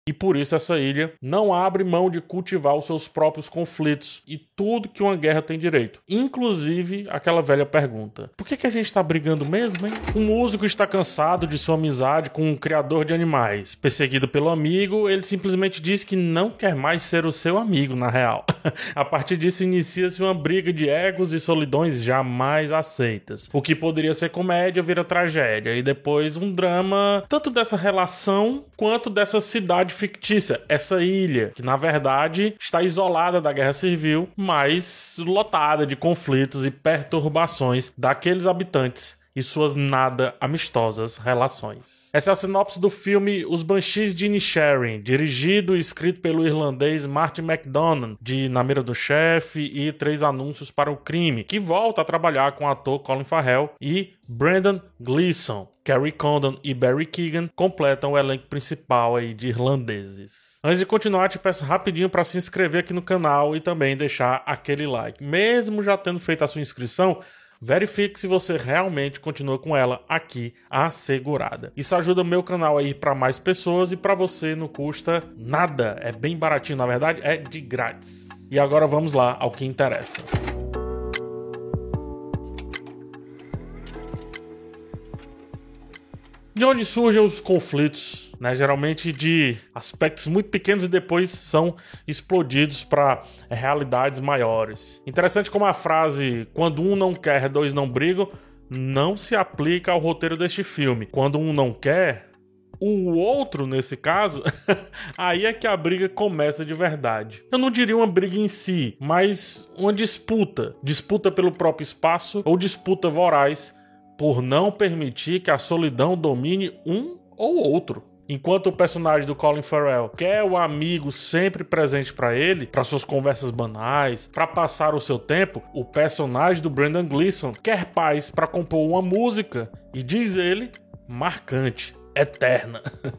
E por isso essa ilha não abre mão de cultivar os seus próprios conflitos e tudo que uma guerra tem direito. Inclusive aquela velha pergunta: por que a gente tá brigando mesmo, hein? Um músico está cansado de sua amizade com um criador de animais. Perseguido pelo amigo, ele simplesmente diz que não quer mais ser o seu amigo, na real. A partir disso inicia-se uma briga de egos e solidões jamais aceitas. O que poderia ser comédia vira tragédia e depois um drama, tanto dessa relação quanto dessa cidade fictícia, essa ilha, que na verdade está isolada da guerra civil, mas lotada de conflitos e perturbações daqueles habitantes e suas nada amistosas relações. Essa é a sinopse do filme Os Banshees de Inisherin, dirigido e escrito pelo irlandês Martin McDonagh, de Na Mira do Chefe e 3 Anúncios para o Crime, que volta a trabalhar com o ator Colin Farrell e Brendan Gleeson. Kerry Condon e Barry Keoghan completam o elenco principal aí de irlandeses. Antes de continuar, te peço rapidinho para se inscrever aqui no canal e também deixar aquele like. Mesmo já tendo feito a sua inscrição, verifique se você realmente continua com ela aqui assegurada. Isso ajuda o meu canal a ir para mais pessoas e para você não custa nada. É bem baratinho, na verdade é de grátis. E agora vamos lá ao que interessa. De onde surgem os conflitos, né? Geralmente de aspectos muito pequenos e depois são explodidos para realidades maiores. Interessante como a frase "quando um não quer, dois não brigam" não se aplica ao roteiro deste filme. Quando um não quer, o outro, nesse caso, aí é que a briga começa de verdade. Eu não diria uma briga em si, mas uma disputa. Disputa pelo próprio espaço ou disputa voraz por não permitir que a solidão domine um ou outro. Enquanto o personagem do Colin Farrell quer o amigo sempre presente para ele, para suas conversas banais, para passar o seu tempo, o personagem do Brendan Gleeson quer paz para compor uma música e, diz ele, marcante, eterna.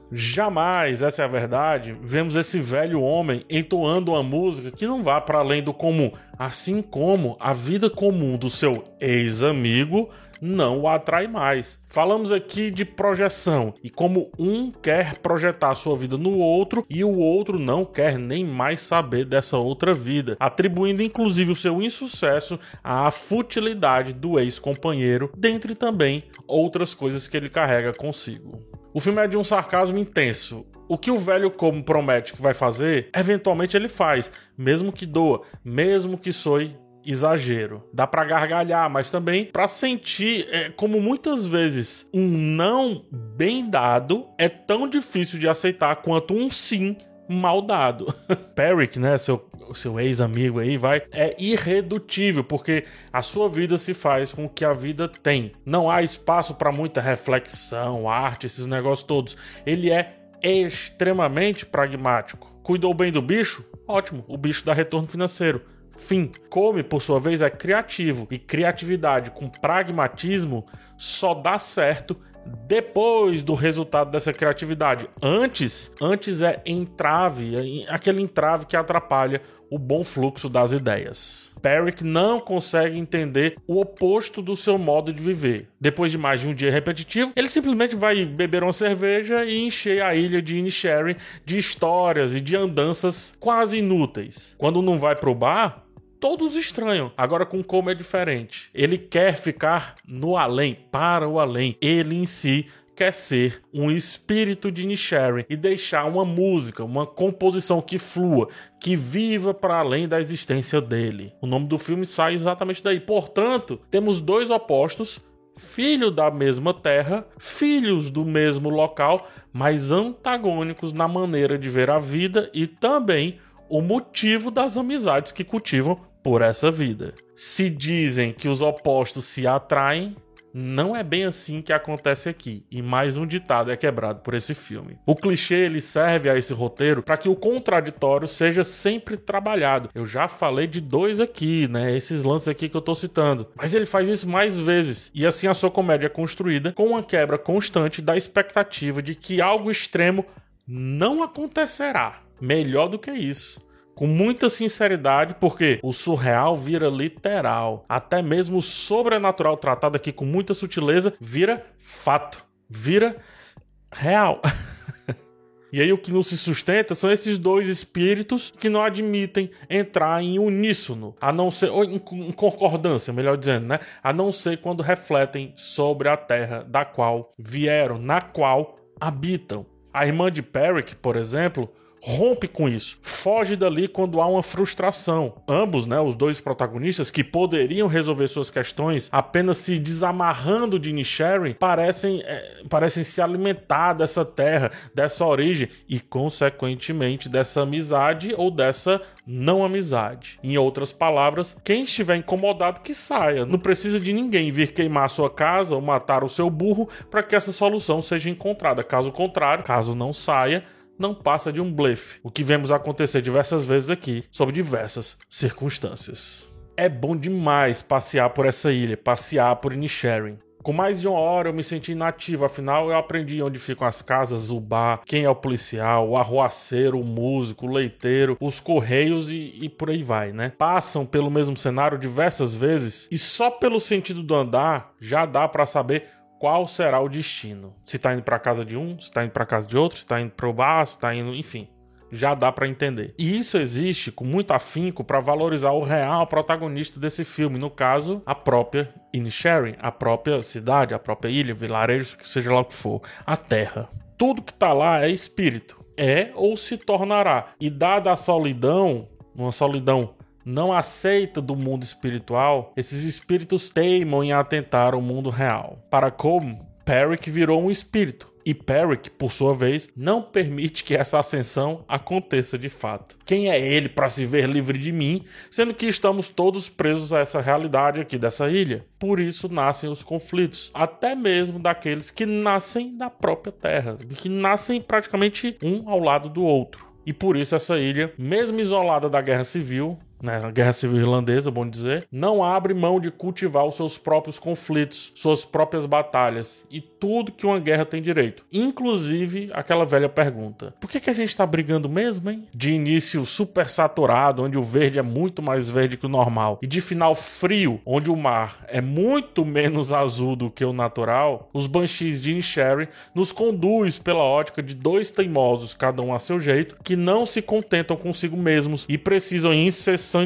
Jamais, essa é a verdade, vemos esse velho homem entoando uma música que não vá para além do comum, assim como a vida comum do seu ex-amigo não o atrai mais. Falamos aqui de projeção e como um quer projetar sua vida no outro e o outro não quer nem mais saber dessa outra vida, atribuindo inclusive o seu insucesso à futilidade do ex-companheiro, dentre também outras coisas que ele carrega consigo. O filme é de um sarcasmo intenso. O que o velho como promete que vai fazer, eventualmente ele faz, mesmo que doa, mesmo que soe exagero. Dá pra gargalhar, mas também pra sentir como muitas vezes um não bem dado é tão difícil de aceitar quanto um sim mal dado. Peric, né, seu ex-amigo aí, é irredutível, porque a sua vida se faz com o que a vida tem. Não há espaço pra muita reflexão, arte, esses negócios todos. Ele é extremamente pragmático. Cuidou bem do bicho? Ótimo, o bicho dá retorno financeiro. Fim. Come, por sua vez, é criativo, e criatividade com pragmatismo só dá certo depois do resultado dessa criatividade. Antes é entrave, aquele entrave que atrapalha o bom fluxo das ideias. Peric não consegue entender o oposto do seu modo de viver. Depois de mais de um dia repetitivo, ele simplesmente vai beber uma cerveja e encher a ilha de Inisherin de histórias e de andanças quase inúteis. Quando não vai pro bar, todos estranham. Agora com Como é diferente. Ele quer ficar no além, para o além. Ele em si quer ser um espírito de Inisherin e deixar uma música, uma composição que flua, que viva para além da existência dele. O nome do filme sai exatamente daí. Portanto, temos dois opostos, filhos da mesma terra, filhos do mesmo local, mas antagônicos na maneira de ver a vida e também o motivo das amizades que cultivam por essa vida. Se dizem que os opostos se atraem, não é bem assim que acontece aqui, e mais um ditado é quebrado por esse filme. O clichê ele serve a esse roteiro para que o contraditório seja sempre trabalhado. Eu já falei de 2 aqui, né? Esses lances aqui que eu tô citando. Mas ele faz isso mais vezes, e assim a sua comédia é construída com uma quebra constante da expectativa de que algo extremo não acontecerá. Melhor do que isso. Com muita sinceridade, porque o surreal vira literal. Até mesmo o sobrenatural, tratado aqui com muita sutileza, vira fato. Vira real. E aí o que não se sustenta são esses dois espíritos que não admitem entrar em uníssono, a não ser, ou em concordância, melhor dizendo, né? A não ser quando refletem sobre a terra da qual vieram, na qual habitam. A irmã de Peric, por exemplo, rompe com isso, foge dali quando há uma frustração. Ambos, né, os dois protagonistas, que poderiam resolver suas questões apenas se desamarrando de Inisherin, parecem se alimentar dessa terra, dessa origem e, consequentemente, dessa amizade ou dessa não amizade. Em outras palavras, quem estiver incomodado que saia. Não precisa de ninguém vir queimar sua casa ou matar o seu burro para que essa solução seja encontrada. Caso contrário, caso não saia, não passa de um blefe, o que vemos acontecer diversas vezes aqui, sob diversas circunstâncias. É bom demais passear por essa ilha, passear por Inisherin. Com mais de uma hora eu me senti inativo, afinal eu aprendi onde ficam as casas, o bar, quem é o policial, o arruaceiro, o músico, o leiteiro, os correios e por aí vai, né? Passam pelo mesmo cenário diversas vezes e só pelo sentido do andar já dá pra saber qual será o destino. Se tá indo pra casa de um, se tá indo pra casa de outro, se tá indo pro bar, se tá indo... enfim, já dá pra entender. E isso existe com muito afinco pra valorizar o real protagonista desse filme, no caso, a própria Inisherin, a própria cidade, a própria ilha, vilarejo, que seja lá o que for, a terra. Tudo que tá lá é espírito. É ou se tornará. E dada a solidão, uma solidão não aceita do mundo espiritual, esses espíritos teimam em atentar ao mundo real. Para como, Peric virou um espírito. E Peric, por sua vez, não permite que essa ascensão aconteça de fato. Quem é ele para se ver livre de mim, sendo que estamos todos presos a essa realidade aqui dessa ilha? Por isso nascem os conflitos, até mesmo daqueles que nascem da própria terra, que nascem praticamente um ao lado do outro. E por isso essa ilha, mesmo isolada da guerra civil, a Guerra Civil Irlandesa, bom dizer, não abre mão de cultivar os seus próprios conflitos, suas próprias batalhas e tudo que uma guerra tem direito. Inclusive aquela velha pergunta: por que a gente tá brigando mesmo, hein? De início super saturado, onde o verde é muito mais verde que o normal, e de final frio, onde o mar é muito menos azul do que o natural, os Banshees de Inisherin nos conduz pela ótica de dois teimosos, cada um a seu jeito, que não se contentam consigo mesmos e precisam incessantemente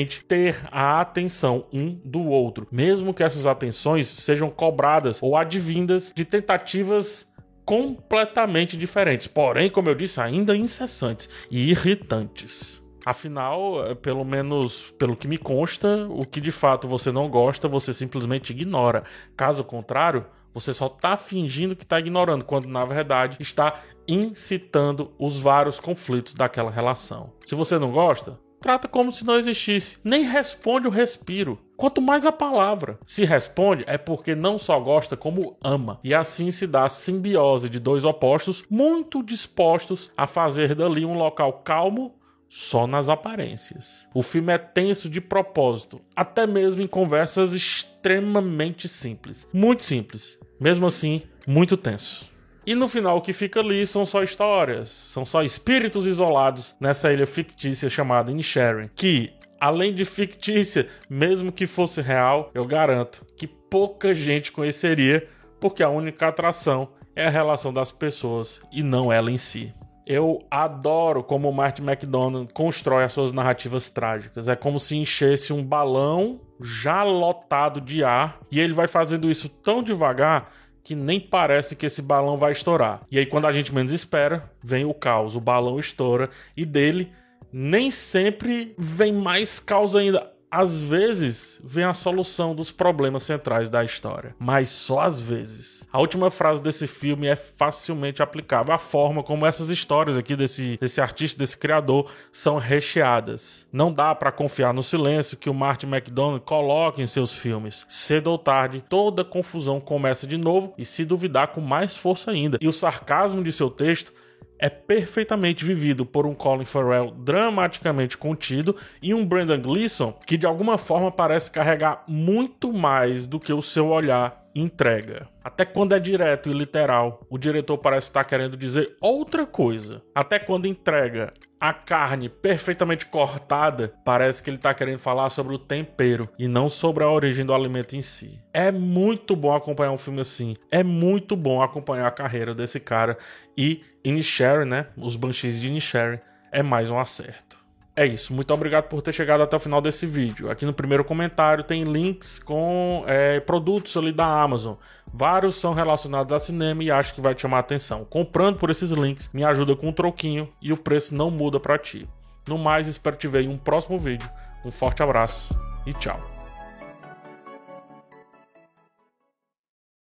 ter a atenção um do outro, mesmo que essas atenções sejam cobradas ou advindas de tentativas completamente diferentes, porém, como eu disse, ainda incessantes e irritantes. Afinal, pelo menos pelo que me consta, o que de fato você não gosta, você simplesmente ignora. Caso contrário, você só está fingindo que está ignorando, quando na verdade está incitando os vários conflitos daquela relação. Se você não gosta, trata como se não existisse. Nem responde o respiro. Quanto mais a palavra. Se responde, é porque não só gosta, como ama. E assim se dá a simbiose de dois opostos muito dispostos a fazer dali um local calmo só nas aparências. O filme é tenso de propósito, até mesmo em conversas extremamente simples. Muito simples. Mesmo assim, muito tenso. E no final o que fica ali são só histórias, são só espíritos isolados nessa ilha fictícia chamada Inisherin, que, além de fictícia, mesmo que fosse real, eu garanto que pouca gente conheceria, porque a única atração é a relação das pessoas e não ela em si. Eu adoro como o Martin McDonagh constrói as suas narrativas trágicas. É como se enchesse um balão já lotado de ar e ele vai fazendo isso tão devagar que nem parece que esse balão vai estourar. E aí, quando a gente menos espera, vem o caos. O balão estoura e dele nem sempre vem mais caos ainda. Às vezes, vem a solução dos problemas centrais da história. Mas só às vezes. A última frase desse filme é facilmente aplicável. A forma como essas histórias aqui desse artista, desse criador, são recheadas. Não dá pra confiar no silêncio que o Martin McDonagh coloca em seus filmes. Cedo ou tarde, toda confusão começa de novo e, se duvidar, com mais força ainda. E o sarcasmo de seu texto é perfeitamente vivido por um Colin Farrell dramaticamente contido e um Brendan Gleeson que de alguma forma parece carregar muito mais do que o seu olhar entrega. Até quando é direto e literal, o diretor parece estar querendo dizer outra coisa. Até quando entrega a carne perfeitamente cortada, parece que ele tá querendo falar sobre o tempero e não sobre a origem do alimento em si. É muito bom acompanhar um filme assim. É muito bom acompanhar a carreira desse cara. E Inisherin, né? Os Banshees de Inisherin é mais um acerto. É isso, muito obrigado por ter chegado até o final desse vídeo. Aqui no primeiro comentário tem links com produtos ali da Amazon. Vários são relacionados a cinema e acho que vai te chamar a atenção. Comprando por esses links me ajuda com um troquinho e o preço não muda pra ti. No mais, espero te ver em um próximo vídeo. Um forte abraço e tchau.